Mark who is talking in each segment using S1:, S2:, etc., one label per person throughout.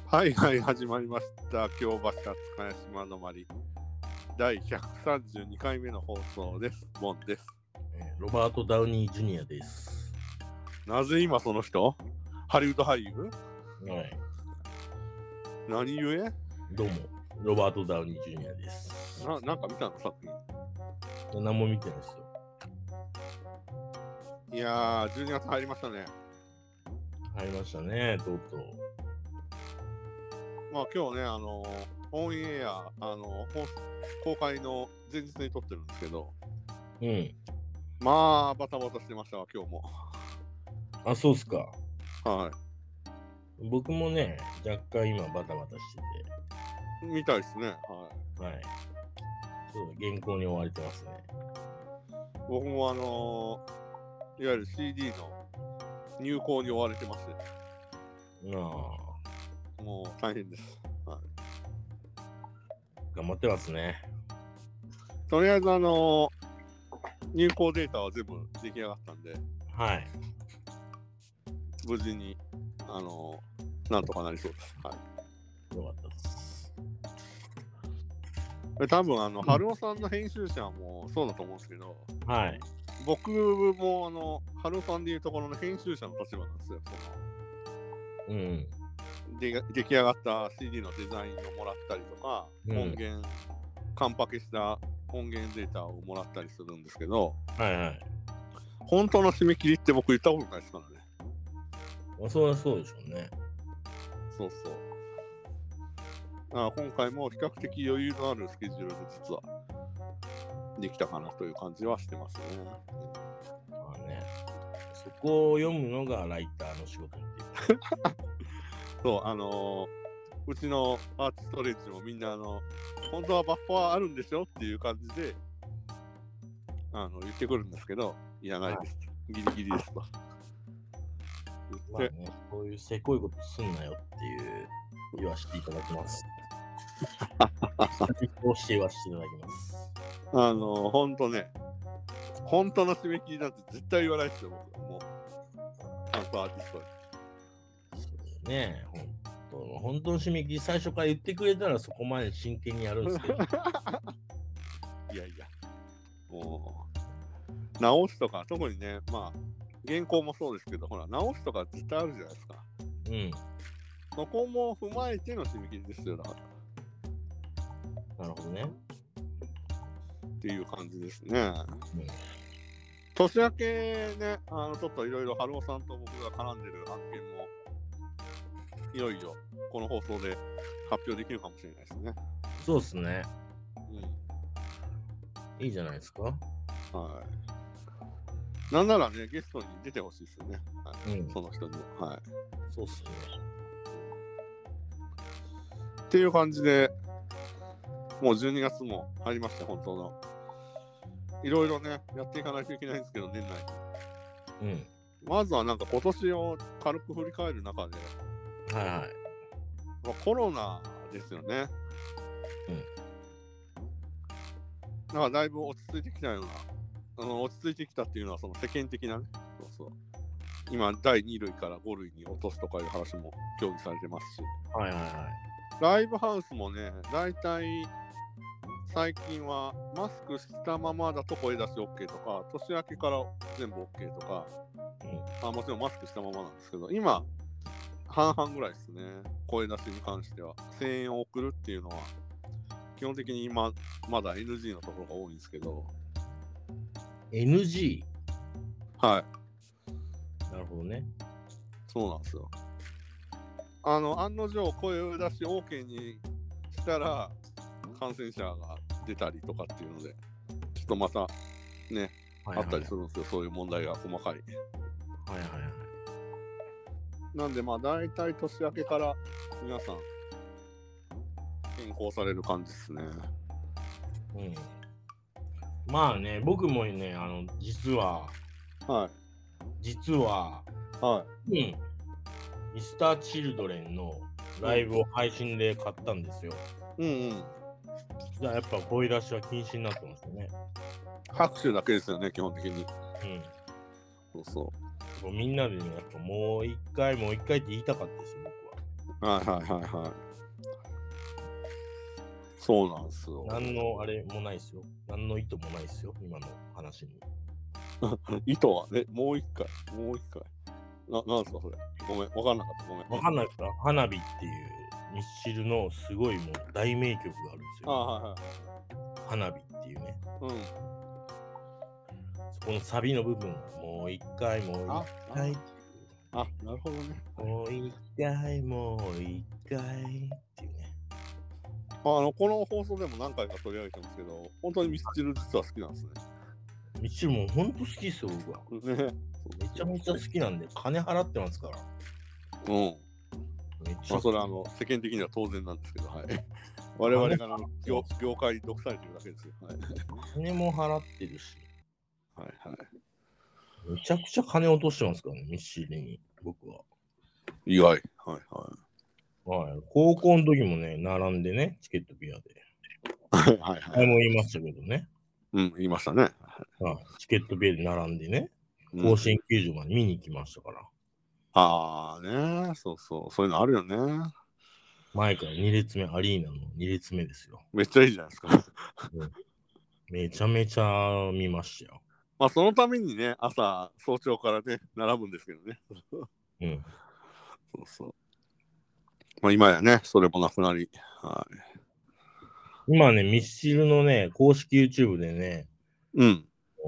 S1: はいはい、始まりました。京橋塚屋島の間第132回目の放送です。ボンです。
S2: ロバート・ダウニー・ジュニアです。
S1: なぜ今その人？ハリウッド俳優？
S2: はい。
S1: 何故？
S2: どうも、ロバート・ダウニー・ジュニアです。
S1: なんか見たの作品？
S2: 何も見てないですよ。
S1: いやー、12月入りましたね。
S2: 入りましたね、とうとう。
S1: まあ今日ね、オンエア、公開の前日に撮ってるんですけど、
S2: うん。
S1: まあ、バタバタしてましたわ、今日も。
S2: あ、そうっすか。
S1: は
S2: 僕もね、若干今バタバタして
S1: い。みたいですね。
S2: て、はい。そう、原稿に追われてますね。
S1: 僕もいわゆる CD の入稿に追われてまして、もう大変です。はい。
S2: 頑張ってますね。
S1: とりあえず入稿データは全部出来上がったんで、
S2: はい。
S1: 無事になんとかなりそうです。はい。
S2: よかったです。
S1: で多分春尾さんの編集者もそうだと思うんですけど、
S2: はい。
S1: 僕も春尾さんでいうところの編集者の立場なんですよ。
S2: うん。
S1: 出来上がった CD のデザインをもらったりとか、音源カンパケした音源データをもらったりするんですけど、
S2: はいはい。
S1: 本当の締め切りって僕言ったことないですからね。
S2: そりゃそうでしょうね。
S1: そうそう。今回も比較的余裕のあるスケジュールで実はできたかなという感じはしてますね。
S2: まあね、そこを読むのがライターの仕事っていう。
S1: そう、うちのアーティストレッジもみんな本当はバッファーあるんでしょっていう感じで言ってくるんですけど、いやないです、ギリギリですと。
S2: まあね、こういうせこいことすんなよっていう言わせていただきます。こうして言わせていただきます。
S1: 本当ね、本当の締め切りなんて絶対言わないですよ、僕もう。ちゃんとアーティストに。
S2: そうね、本当の締め切り最初から言ってくれたらそこまで真剣にやるんですけど。
S1: いやいや、もう、直すとか、特にね、まあ、原稿もそうですけど、ほら、直すとか絶対あるじゃないですか。
S2: うん。
S1: そこも踏まえての締め切りですよ、だから。
S2: なるほどね。
S1: っていう感じですね。
S2: うん、
S1: 年明けね、ちょっといろいろ春尾さんと僕が絡んでる案件も、いよいよこの放送で発表できるかもしれないですね。
S2: そうですね。
S1: うん。
S2: いいじゃないですか。はい。
S1: なんならね、ゲストに出てほしいですよね。はい、
S2: うん、
S1: その人にも。はい。
S2: そうっすね。
S1: っていう感じで、もう12月も入りました、本当の。いろいろね、やっていかないといけないんですけど、年内に。
S2: うん。
S1: まずはなんか今年を軽く振り返る中で、
S2: はいはい。
S1: コロナですよね。
S2: うん。
S1: なんかだいぶ落ち着いてきたような、落ち着いてきたっていうのはその世間的なね、そう今第2類から5類に落とすとかいう話も協議されてますし、
S2: はいはいはい。
S1: ライブハウスもね、だいたい最近はマスクしたままだと声出し OK とか、年明けから全部 OK とか、もちろんマスクしたままなんですけど、今半々ぐらいですね。声出しに関しては声援を送るっていうのは基本的に今まだ NG のところが多いんですけど。
S2: NG？
S1: はい。
S2: なるほどね。
S1: そうなんですよ。案の定声を出し OK にしたら感染者が出たりとかっていうので、ちょっとまたね、あったりするんですよ、そういう問題が細かい。
S2: はいはいはい。
S1: なんでまあ大体年明けから皆さん変更される感じですね。
S2: うん。まあね、僕もね、実は、
S1: はい、
S2: ミスターチルドレンのライブを配信で買ったんですよ。じゃあやっぱ声出しは禁止になってますよね。
S1: 拍手だけですよね、基本的に。そうそう。
S2: みんなでね、やっぱもう一回って言いたかったですよ、僕は。
S1: はいはいはいはい。そうなんですよ。
S2: 何のあれもないですよ。何の意図もないですよ、今の話に。
S1: 意図はね、もう一回。なんですか、それ。ごめん、わかんなかった。ごめん。
S2: わかんないですか？花火っていうミスチルのすごいもう大名曲があるんですよ。
S1: はいはい。
S2: 花火っていうね。
S1: うん。
S2: そこのサビの部分がもう一回もう一回。
S1: あ、なるほどね。
S2: もう一回もう一回っていうね。
S1: この放送でも何回か取り上げてますけど、本当にミスチル実は好きなんですね。
S2: ミスチルも本当好きですよ、僕は。
S1: ね。
S2: めちゃめちゃ好きなんで、金払ってますから。
S1: うん。
S2: めっちゃ。
S1: まあ、それは世間的には当然なんですけど、はい。我々が業界に毒されてるだけですよ。はい。
S2: 金も払ってるし。
S1: はいはい。
S2: めちゃくちゃ金落としてますからね、ミスチルに、僕は。
S1: 意外。はいはい。
S2: はい。高校の時もね、並んでね、チケットピアで。
S1: はいはいはい。
S2: も言いましたけどね。
S1: うん、言いましたね。
S2: はい。チケットピアで並んでね、甲子園球場まで見に行きましたから。
S1: ああね、そういうのあるよね。
S2: 前から2列目、アリーナの2列目ですよ。
S1: めっちゃいいじゃないですか。
S2: うん、めちゃめちゃ見ましたよ。
S1: まあそのためにね、早朝からね、並ぶんですけどね。
S2: うん。
S1: そう。まあ今やね、それもなくなり。はい。
S2: 今ね、ミスチルのね、公式 YouTube でね、
S1: うん。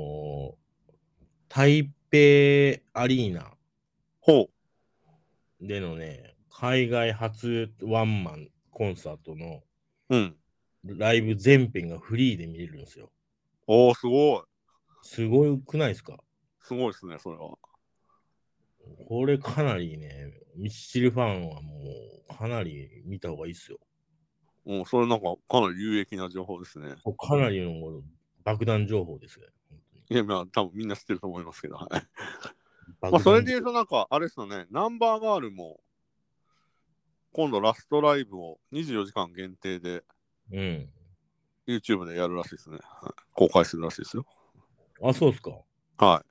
S2: 台北アリーナ
S1: ほ
S2: でのね、海外初ワンマンコンサートのライブ全編がフリーで見れるんですよ。
S1: おー、すごい。
S2: すごくないですか？
S1: すごいですね、それは。
S2: これかなりね、ミスチルファンはもうかなり見た方がいいですよ。
S1: それなんかかなり有益な情報ですね。
S2: かなりの爆弾情報ですね。
S1: いや、まあ多分みんな知ってると思いますけど、はい。まあそれで言うとなんか、あれですよね、ナンバーガールも今度ラストライブを24時間限定で、YouTube でやるらしいですね。はい、公開するらしいですよ。
S2: あ、そうですか。
S1: はい。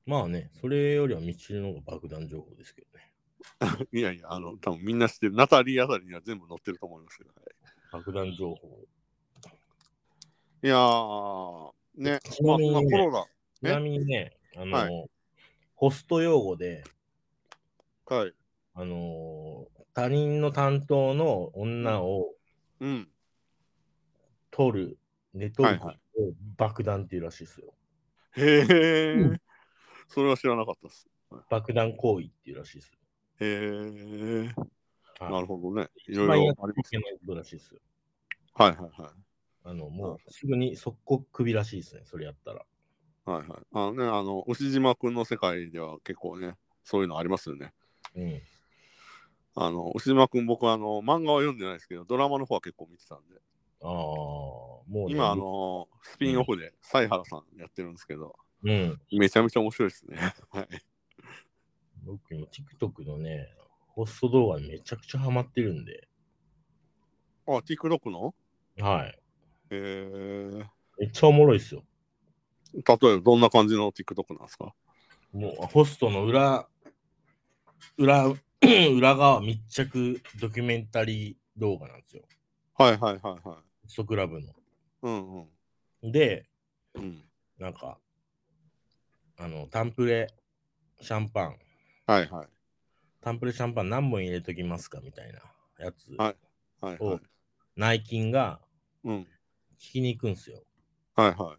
S2: まあね、それよりはミスチルの方が爆弾情報ですけどね。
S1: いやいや、多分みんな知ってる。ナタリーあたりには全部載ってると思いますけど。はい、
S2: 爆弾情報。
S1: いやー、ね。
S2: ちなみにね、
S1: まあ、そんな頃だ。
S2: ちなみにね、
S1: はい、
S2: ホスト用語で、
S1: はい。
S2: 他人の担当の女を取る、寝取ることを爆弾っていうらしいですよ。
S1: へえ、それは知らなかったです。
S2: 爆弾行為っていうらしいですよ。
S1: へえ、なるほどね。いろい
S2: 一番やっ
S1: ろありますね。
S2: ちゃいけないことらしいですよ。
S1: はいはいはい。
S2: もうすぐに速攻首らしいですね、それやったら。
S1: はいはい。牛島くんの世界では結構ね、そういうのありますよね。
S2: うん。
S1: 牛島くん、僕漫画は読んでないですけど、ドラマの方は結構見てたんで。
S2: ああ、もうね。
S1: 今、スピンオフで、犀原さんやってるんですけど、めちゃめちゃ面白いですね。はい。
S2: 僕今、TikTok のね、ホスト動画にめちゃくちゃハマってるんで。
S1: あ、TikTok の？
S2: はい。めっちゃおもろいっすよ。
S1: 例えば、どんな感じの TikTok なんですか？
S2: もう、ホストの裏側密着ドキュメンタリー動画なんですよ。
S1: はいはいはいはい。ホ
S2: ストクラブの。
S1: うん
S2: うん。で、なんか、タンプレシャンパン。
S1: はいはい。
S2: タンプレシャンパン何本入れときますかみたいなやつを、内勤が聞きに行くんすよ。
S1: はいはい。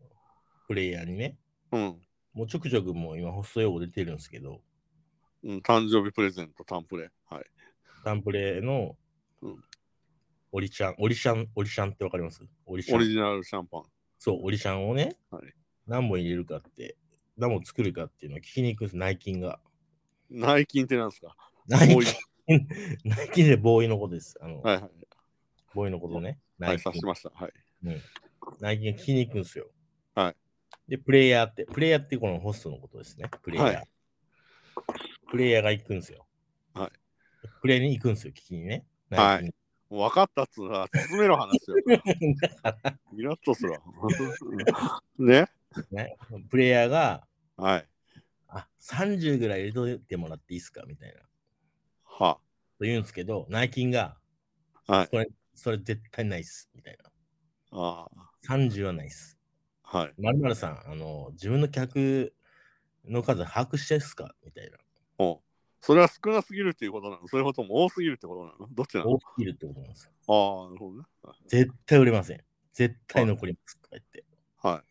S2: プレイヤーにね。もうちょくちょくもう今、ホスト用語出てるんですけど。
S1: 誕生日プレゼント、タンプレ。はい。
S2: タンプレの、オリシャンってわかります？オリ
S1: ジナルシャンパン。
S2: そう、オリシャンをね、何本入れるかって、何本作るかっていうのを聞きに行くんです、内勤が。
S1: 内勤ってなんですか？
S2: 内勤でボーイのことです。はいはい。ボーイのことね。
S1: はい、察しました。はい。
S2: 内勤が聞きに行くんですよ。
S1: はい。
S2: で、プレイヤーってこのホストのことですね。プレイヤー。プレイヤーが行くんですよ。はい。プレイに行くんですよ、聞きにね。
S1: はい。分かったっつうのは、進めろ話よ。イラッとするわ。ね。
S2: プレイヤーが、
S1: はい。
S2: 30ぐらい入れといてもらっていいですかみたいな。
S1: は
S2: 言うんですけど、内勤が、
S1: はい。
S2: それ絶対ないっす、みたいな。
S1: あ
S2: 30はないっす。
S1: あ。はい。
S2: まるまるさん、自分の客の数把握してっすかみたいな。
S1: それは少なすぎるっていうことなの？それとも多すぎるってことなの？どっちなの？
S2: 多すぎるってことなんですよ。
S1: ああ、なるほどね。
S2: 絶対売れません。絶対残りますとか言って。
S1: はい。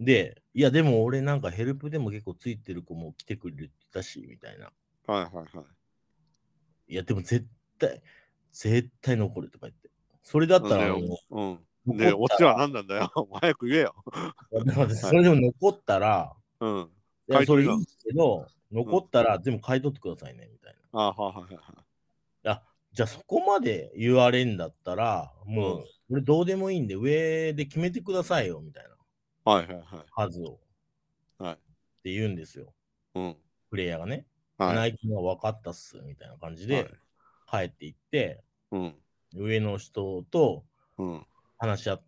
S2: で、いや、でも俺なんかヘルプでも結構ついてる子も来てくれるって言ったし、みたいな。
S1: はいはいはい。
S2: いや、でも絶対残るとか言って。それだったら、
S1: うん。で、
S2: 残った
S1: オチは何なんだよ。早く言えよ。
S2: ら、だからそ
S1: はい。
S2: れでも残ったら、
S1: うん。
S2: いや、
S1: 買い取りなの？
S2: それいいですけど、残ったら全部買い取ってくださいね、みたいな。
S1: ああ、はいはいはい。
S2: あ、じゃあそこまで言われんだったら、も
S1: うん。
S2: う、俺どうでもいいんで、上で決めてくださいよ、みたいな
S1: はいはいはい。
S2: 数を。
S1: はい。
S2: って言うんですよ。
S1: うん。
S2: プレイヤーがね。
S1: はい。
S2: ナイキが分かったっす、みたいな感じ
S1: はい。
S2: で帰っていって、
S1: うん。
S2: 上の人と
S1: うん。
S2: 話し合って、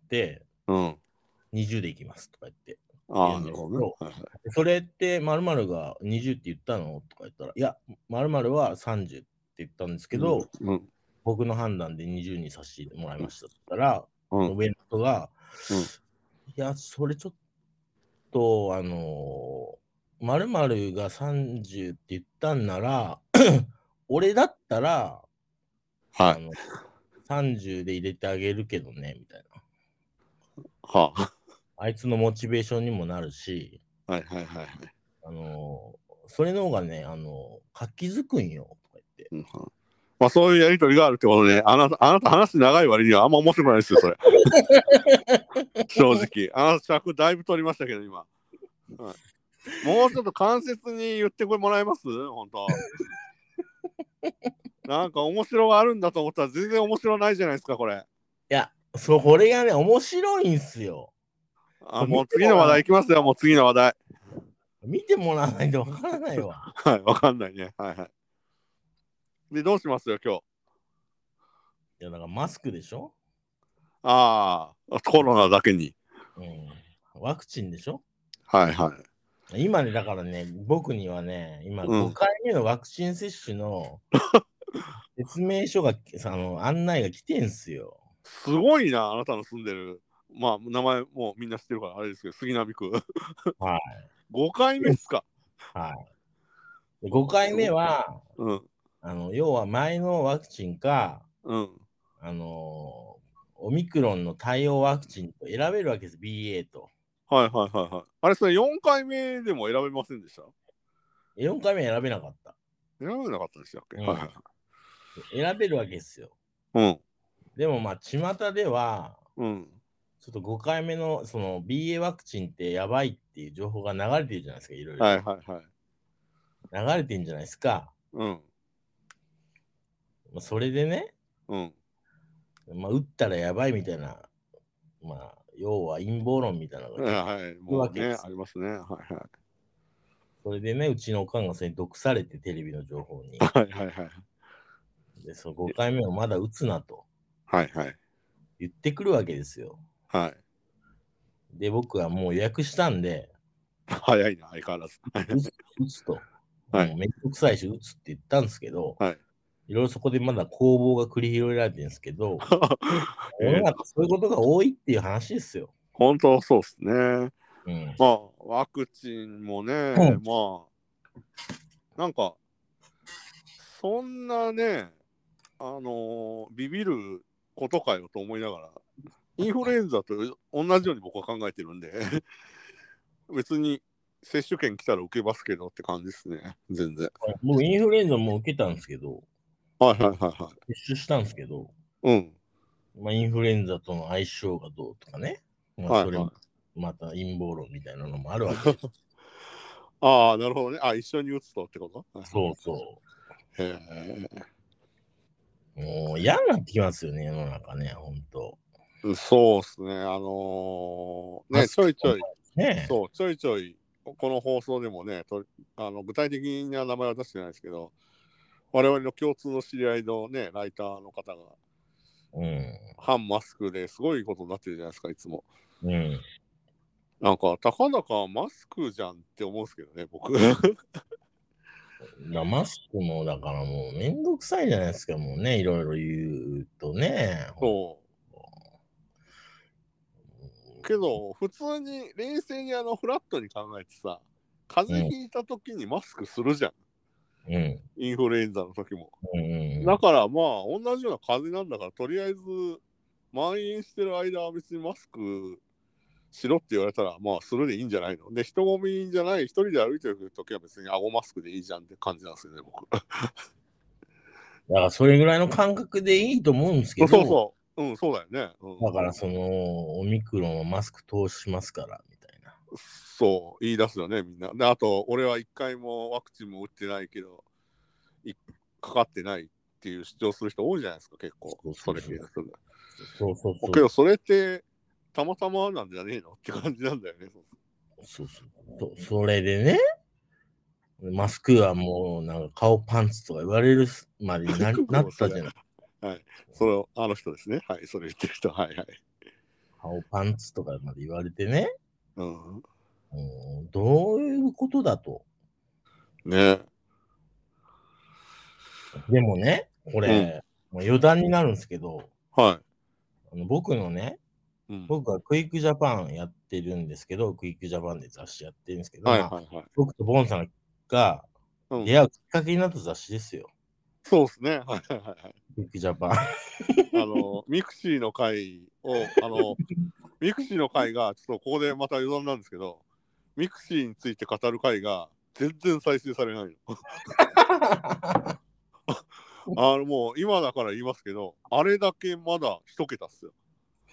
S1: うん。
S2: 20で行きますとか言
S1: ああ、
S2: うん
S1: なるほどね。
S2: ですけど、
S1: はいはい。
S2: それって〇〇が20って言ったのとか言ったら、いや、〇〇は30って言ったんですけど、
S1: うん。
S2: 僕の判断で20にさせてもらいましたって言ったら、
S1: うん。
S2: 上の人が、
S1: うん。
S2: いや、それちょっと、〇〇が30って言ったんなら、俺だったら、
S1: はい。
S2: 30で入れてあげるけどね、みたいな。
S1: はあ。
S2: あいつのモチベーションにもなるし、
S1: はいはいはいはい。
S2: それの方がね、活気づくんよ、とか言って。
S1: うん。まあそういうやりとりがあるってことね。あなた話長い割にはあんま面白くないですよ、それ。正直。あなた尺だいぶ取りましたけど、今。はい、もうちょっと間接に言ってもらえます？本当。なんか面白があるんだと思ったら全然面白ないじゃないですか、これ。
S2: いや、これがね、面白いんすよ。
S1: もう次の話題いきますよ、もう次の話題。
S2: 見てもらわないとわからないわ。
S1: はい、わかんないね。はいはい。で、どうしますよ、今日。
S2: いや、だからマスクでしょ？
S1: ああ、コロナだけに。
S2: うん。ワクチンでしょ？
S1: はいはい。
S2: 今ね、だからね、僕にはね、今5回目のワクチン接種の説明書が、案内が来てんすよ。
S1: すごいな、あなたの住んでる。まあ、名前もうみんな知ってるからあれですけど、杉並区。
S2: はい。
S1: 5回目っすか？
S2: はい。5回目は、
S1: うん。
S2: 要は前のワクチンか、
S1: うん。
S2: オミクロンの対応ワクチンと選べるわけです、BA と。
S1: はいはいはいはい。あれ、それ4回目でも選べませんでした？
S2: 4回目選べなかった。
S1: 選べなかったんでしたっけ？
S2: うん、
S1: はいはいはい。
S2: 選べるわけですよ。
S1: うん。
S2: でもまあ、巷では、
S1: うん。
S2: ちょっと5回目のその BA ワクチンってやばいっていう情報が流れてるじゃないですか、いろいろ。
S1: はいはいはい。
S2: 流れてるんじゃないですか。
S1: うん。
S2: それでね、
S1: うん。
S2: まあ、打ったらやばいみたいな、まあ、要は陰謀論みたいなのが結構
S1: はい、
S2: いる
S1: もうね、
S2: わけです。
S1: ありますね。はいはい。
S2: それでね、うちのおかんがそれに毒されて、テレビの情報に。
S1: はいはいはい。
S2: で、その5回目をまだ打つなと
S1: はいはい。
S2: 言ってくるわけですよ。
S1: はい。
S2: で、僕はもう予約したんで、
S1: 早いな、相変わらず。
S2: 打つと。
S1: はい
S2: もうめんどくさいし、打つって言ったんですけど、
S1: はい。
S2: いろいろそこでまだ攻防が繰り広げられてるんですけど、世の中そういうことが多いっていう話ですよ。
S1: 本当そうっすね。
S2: うん、
S1: まあ、ワクチンもね、まあ、なんか、そんなね、ビビることかよと思いながら、インフルエンザと同じように僕は考えてるんで、別に接種券来たら受けますけどって感じですね、全然。
S2: 僕、インフルエンザも受けたんですけど、
S1: はいはいはいはい。
S2: 接種したんですけど、
S1: うん。
S2: まあ、インフルエンザとの相性がどうとかね、まあ、それもまた陰謀論みたいなのもあるわけです。
S1: ああ、なるほどね。あ、一緒に打つとってこと？
S2: そうそ
S1: へえ。
S2: う。もう嫌になってきますよね、世の中ね、ほんと。
S1: そうっすね。ね、ちょいちょい、
S2: ね、
S1: そう、ちょいちょい、この放送でもね、具体的な名前は出してないですけど、我々の共通の知り合いのね、ライターの方が、反マスクですごいことになってるじゃないですか、いつも。
S2: うん。
S1: なんか、たかだかマスクじゃんって思うんですけどね、僕。
S2: マスクもだからもうめんどくさいじゃないですか、もうね、いろいろ言うとね。
S1: そうけど、普通に冷静にフラットに考えてさ、風邪ひいた時にマスクするじゃん。
S2: うん。
S1: インフルエンザの時も。
S2: うん。
S1: だからまあ、同じような風邪なんだから、とりあえず、蔓延してる間は別にマスクしろって言われたら、まあ、するでいいんじゃないの。で、人混みじゃない、一人で歩いてる時は別に顎マスクでいいじゃんって感じなんですよね、僕。
S2: だからそれぐらいの感覚でいいと思うんですけど、
S1: そうそう。うん、そうだよね。
S2: だからそのオミクロンはマスク通しますからみたいな。
S1: そう、言い出すよね、みんな。で、あと、俺は一回もワクチンも打ってないけど、かかってないっていう主張する人多いじゃないですか、結構。それ系の人が。けど、それって、たまたまなんじゃねえのって感じなんだよね。
S2: そう。それでね、マスクはもうなんか顔パンツとか言われるまでになったじゃない。
S1: はい。それを、あの人ですね。はい。それ言ってる人。はいはい。
S2: 顔パンツとかまで言われてね。
S1: うん。
S2: どういうことだと。
S1: ね。
S2: でもね、これ、もう余談になるんですけど、
S1: はい。
S2: 僕のね、僕はクイックジャパンやってるんですけど、クイックジャパンで雑誌やってるんですけど、僕とボンさんが出会うきっかけになった雑誌ですよ。
S1: そうですね。はいはいはい。
S2: クイックジャパン。
S1: ミクシーの会を、ミクシーの会が、ちょっとここでまた余談なんですけど、ミクシーについて語る会が全然再生されないの。もう今だから言いますけど、あれだけまだ一桁っすよ。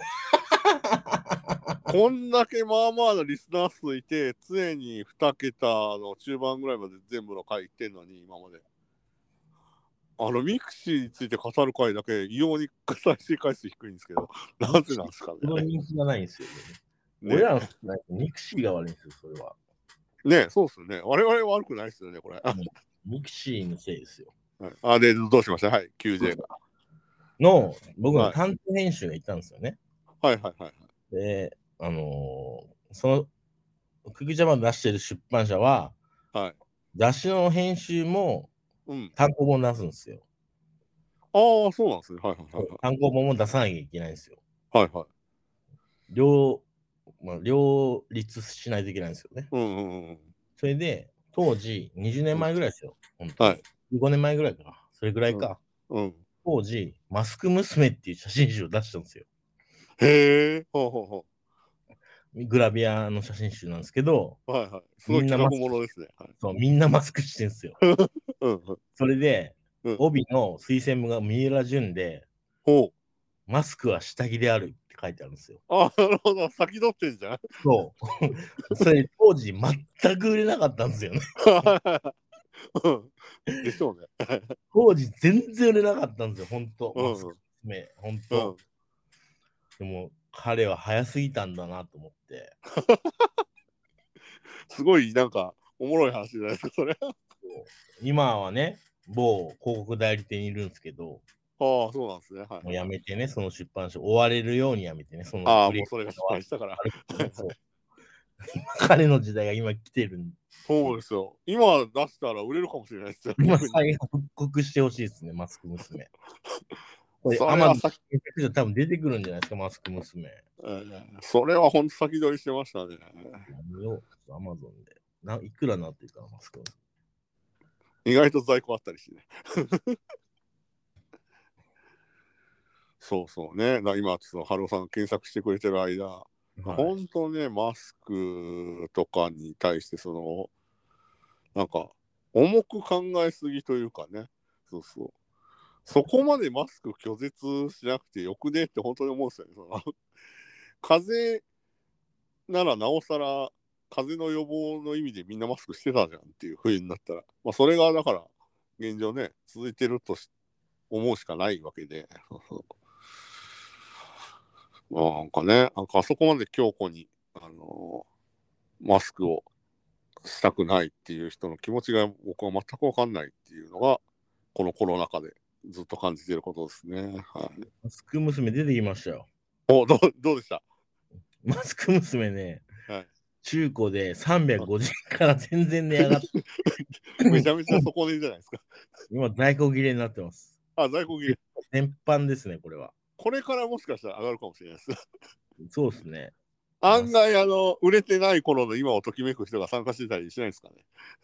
S1: こんだけまあまあのリスナー数いて、常に2桁の中盤ぐらいまで全部の回いってんのに、今まで。ミクシーについて語る回だけ異様に再生回数低いんですけど、なぜなんですかね。
S2: その人気がないんですよね。俺らのミクシーが悪いんですよ、それは。
S1: ね、そうっすよね。我々悪くないっすよね、これ。
S2: ミクシーのせいですよ。
S1: で、どうしました？はい、QJ が。
S2: 僕の担当編集がいたんですよね。
S1: はい。
S2: で、その、クイックジャパン出してる出版社は、雑誌の編集も単行本出すんですよ。
S1: ああ、そうなんですね。はい。
S2: 単行本も出さなきゃいけないんですよ。
S1: はい。
S2: 両立しないといけないんですよね。それで、当時、20年前ぐらいですよ。本当に。15年前ぐらいか。それぐらいか。当時、マスク娘っていう写真集を出したんですよ。
S1: へえ。
S2: グラビアの写真集なんですけど、
S1: すごい企画ものですね。
S2: そう、みんなマスクしてるんですよ。それで、帯の推薦文が三浦淳で、マスクは下着であるって書いてあるんですよ。
S1: なるほど。先取ってんじゃん。
S2: そう。それ当時全く売れなかったんですよね。
S1: でしょうね。
S2: 当時全然売れなかったんですよ、本当。マスク娘、本当。でも彼は早すぎたんだなと思って。
S1: すごいなんかおもろい話じゃないですか、それ。
S2: 今はね、某広告代理店にいるんですけど、
S1: そうなんですね。
S2: もうやめてね、その出版社、追われるようにやめてね、
S1: もうそれが失敗したから。
S2: 彼の時代が今来てるんで。
S1: そうですよ。今出したら売れるかもしれないですよ。
S2: 今再復刻してほしいですね、マスク娘。これ、アマゾンで多分出てくるんじゃないですか、マスク娘。
S1: それは本当先取りしてましたね。
S2: アマゾンで。いくらなってるかな、マスク娘。
S1: 意外と在庫あったりしてね。そうね。今、ちょっとハローさん検索してくれてる間、本当ね、マスクとかに対して、なんか、重く考えすぎというかね。そこまでマスク拒絶しなくてよくねって本当に思うんですよね。風邪ならなおさら、風邪の予防の意味でみんなマスクしてたじゃんっていう風になったら、それがだから、現状ね、続いてると思うしかないわけで。なんかね、あそこまで強固に、マスクをしたくないっていう人の気持ちが僕は全く分かんないっていうのが、このコロナ禍でずっと感じていることですね。
S2: マスク娘出てきましたよ。
S1: どうでした？
S2: マスク娘ね、中古で350円から全然値上がって。
S1: めちゃめちゃ底値じゃないですか。
S2: 今、在庫切れになってます。
S1: 在庫切れ。
S2: 全般ですね、これは。
S1: これからもしかしたら上がるかもしれないです。
S2: そうですね。
S1: 案外、売れてない頃の今をときめく人が参加してたりしないですかね。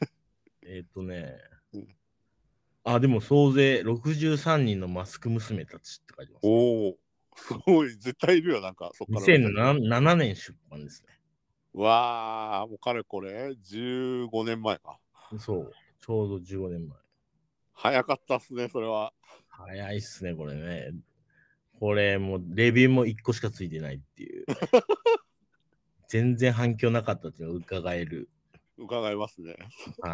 S2: でも総勢63人のマスク娘たちって書いてます、
S1: ね。おお、すごい、絶対いるよ、なんか、そっから。
S2: 2007年出版ですね。
S1: わあ、もうかれこれ、15年前か。
S2: そう、ちょうど15年前。
S1: 早かったっすね、それは。
S2: 早いっすね、これね。これ、もう、レビューも1個しかついてないっていう。全然反響なかったっていうのを伺える。
S1: 伺いますね。
S2: はい。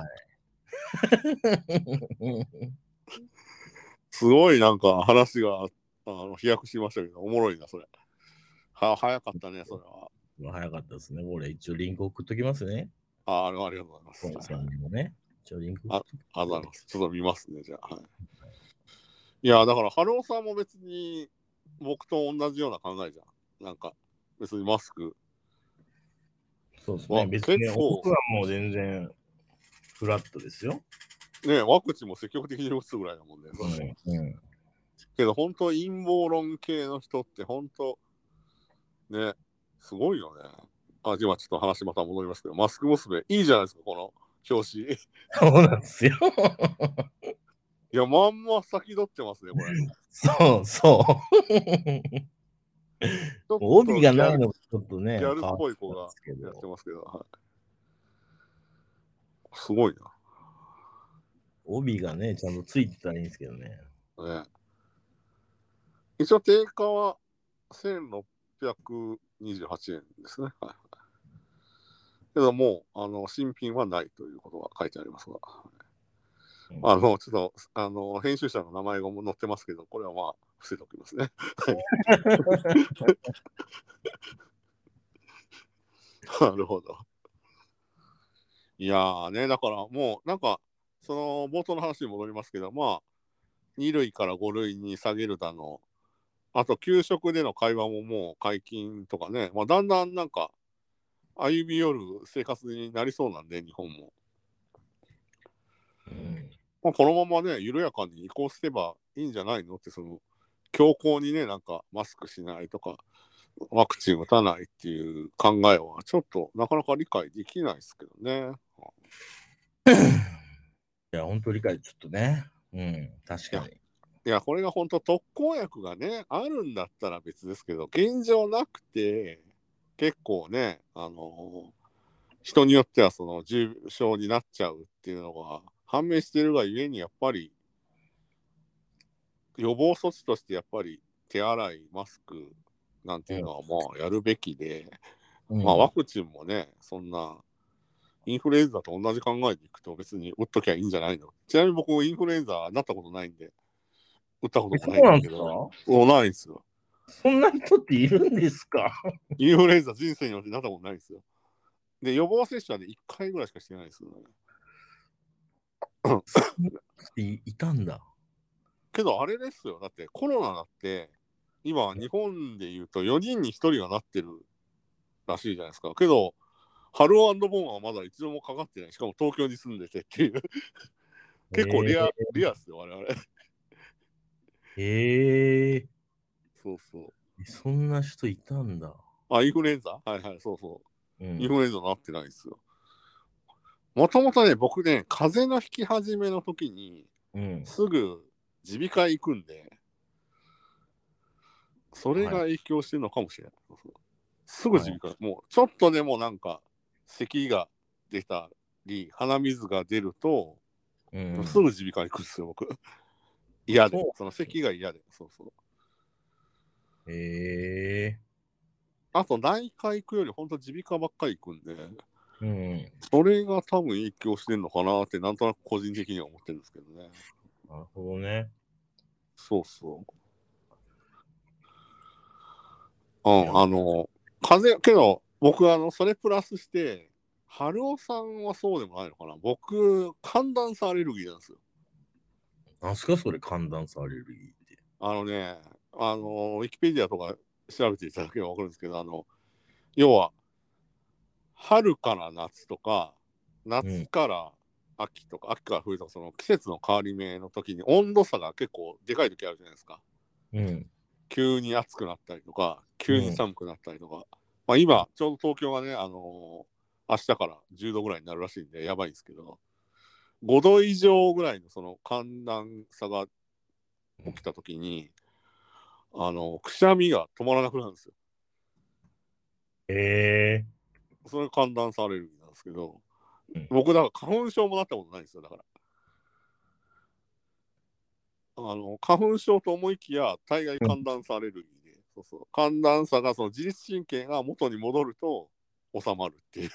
S1: すごいなんか話が飛躍しましたけど、おもろいな、それ。早かったね、それは。
S2: 早かったですね。俺、一応リンク送っときますね。
S1: ありがとうございます。
S2: さんにもね。一応リンク送っときます。
S1: ありがとうございます。ちょっと見ますね、じゃあ。はい、いや、だから、ハローさんも別に僕と同じような考えじゃん。なんか、別にマスク。
S2: そうですね。別に僕はもう全然フラットですよ。
S1: ね、ワクチンも積極的に打つぐらいだもんね。けど、本当陰謀論系の人って本当、ね、すごいよね。今ちょっと話また戻りますけど、マスク娘、いいじゃないですか、この表紙。
S2: そうなんですよ。
S1: いや、まんま先取ってますね、これ。
S2: そう。帯がないのがちょっとね、
S1: ギャルっぽい子がやってますけど、はい、すごいな。
S2: 帯がね、ちゃんとついてたらいいんですけどね。
S1: 一応、定価は1628円ですね。はい、けども新品はないということが書いてありますが、ちょっと編集者の名前が載ってますけど、これはまあ伏せておきますね。なるほど。いやーね、だからもうなんかその冒頭の話に戻りますけど、まあ2類から5類に下げるだの、あと給食での会話ももう解禁とかね、まあ、だんだんなんか歩み寄る生活になりそうなんで、日本も。まあ、このままね、緩やかに移行すればいいんじゃないのって、その強硬にね、なんかマスクしないとか、ワクチン打たないっていう考えは、ちょっとなかなか理解できないですけどね。
S2: いや、本当理解ちょっとね。確かに。
S1: いや、これが本当特効薬がね、あるんだったら別ですけど、現状なくて、結構ね、人によってはその重症になっちゃうっていうのが判明しているがゆえに、やっぱり予防措置としてやっぱり手洗い、マスクなんていうのはまあやるべきで、まあワクチンもね、そんなインフルエンザと同じ考えでいくと別に打っときゃいいんじゃないの。ちなみに僕インフルエンザなったことないんで、打ったこともないんだけど、そうないんですよ。
S2: そんな人っているんですか？
S1: インフルエンザ人生によってなったことないんですよ。で、予防接種はね、1回ぐらいしかしてないですよ
S2: ね。いたんだ。
S1: けどあれですよ、だってコロナだって、今日本で言うと4人に1人がなってるらしいじゃないですか。けど、ハロー&ボンはまだ一度もかかってない。しかも東京に住んでてっていう。結構レアっすよ、我々。そうそう。
S2: そんな人いたんだ。
S1: インフルエンザはいはい、そうそう。インフルエンザなってないですよ。もともとね、僕ね、風邪の引き始めの時に、すぐ耳鼻科行くんで、それが影響してるのかもしれない。すぐ耳鼻科、もうちょっとでもなんか、咳が出たり、鼻水が出ると、すぐ耳鼻科行くんですよ、僕。嫌で、その咳が嫌で、そうそう。あと内科行くより本当耳鼻科ばっかり行くんで、それが多分影響してんのかなってなんとなく個人的には思ってるんですけどね。
S2: なるほどね。
S1: そうそう。風邪、けど僕それプラスして、春尾さんはそうでもないのかな。僕、寒暖差アレルギーなんですよ。
S2: なんすかそれ、寒暖差アレルギーって。
S1: ウィキペディアとか調べていただければ分かるんですけど、要は、春から夏とか、夏から秋とか、秋から冬とか、その季節の変わり目の時に温度差が結構でかい時あるじゃないですか。
S2: うん。
S1: 急に暑くなったりとか、急に寒くなったりとか。まあ今、ちょうど東京がね、明日から10度ぐらいになるらしいんで、やばいんですけど、5度以上ぐらいのその寒暖差が起きた時に、くしゃみが止まらなくなるんですよ。それ寒暖差アレルギーなんですけど、僕だから花粉症もなったことないんですよ。だから花粉症と思いきや大概寒暖差アレルギーで、そうそう、寒暖差がその自律神経が元に戻ると収まるっていう。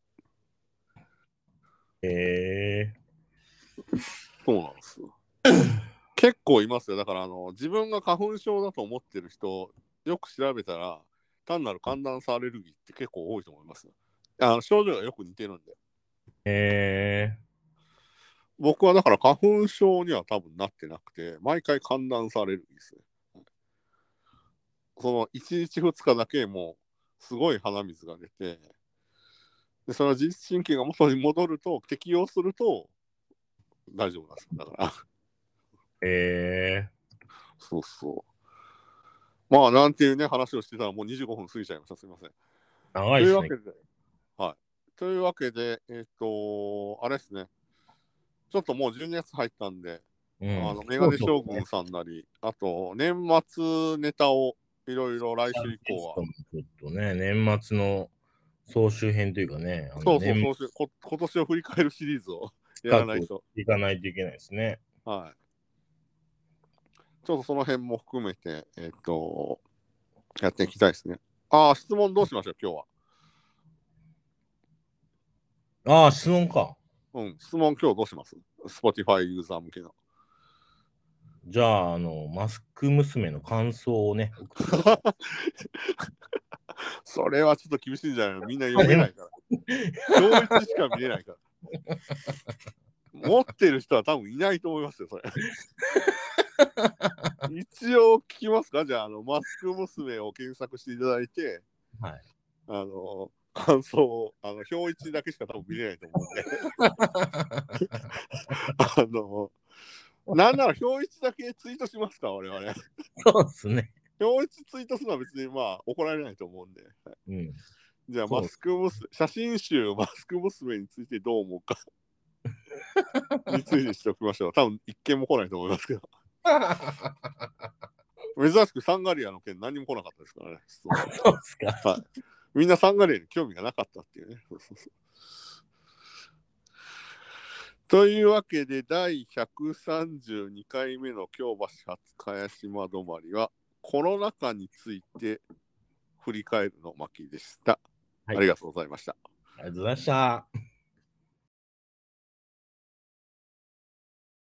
S1: そうなんですよ。結構いますよ。だから自分が花粉症だと思ってる人、よく調べたら単なる寒暖差アレルギーって結構多いと思いますよ。症状がよく似てるんで。僕はだから花粉症には多分なってなくて、毎回寒暖差アレルギーですね。その1日2日だけもうすごい鼻水が出て、でその自律神経が元に戻ると、適応すると大丈夫なんですよ。だから。そうそう。まあ、なんていうね、話をしてたらもう25分過ぎちゃいました。すみません。
S2: 長いですね。
S1: というわけで、あれですね。ちょっともう12月入ったんで、メガネ将軍さんなり、あと、年末ネタをいろいろ来週以降は。
S2: ちょっとね、年末の総集編というかね。
S1: そうそう、今年を振り返るシリーズをやらないと。
S2: いかないといけないですね。
S1: はい。ちょっとその辺も含めて、やっていきたいですね。質問どうしましょう、今日
S2: は。質問か。
S1: 質問今日どうします？ Spotify ユーザー向けの。
S2: じゃあ、マスク娘の感想をね。
S1: それはちょっと厳しいんじゃないの？みんな読めないから。今日一しか見れないから。持ってる人は多分いないと思いますよ、それ。一応聞きますか？じゃあ、マスク娘を検索していただいて、
S2: はい。
S1: 感想を、表一だけしか多分見れないと思うんで。なんなら表一だけツイートしますか、我々。
S2: そうですね。
S1: 表一ツイートするのは別にまあ怒られないと思うんで。じゃあ、写真集マスク娘についてどう思うかについてしておきましょう。多分一件も来ないと思いますけど。珍しくサンガリアの件何も来なかったですからね。
S2: そうですか。
S1: はい。みんなサンガリアに興味がなかったっていうね。そうというわけで、第132回目の京橋初茅島止まりは、コロナ禍について振り返るの巻でした。ありがとうございました。
S2: ありがとうございました。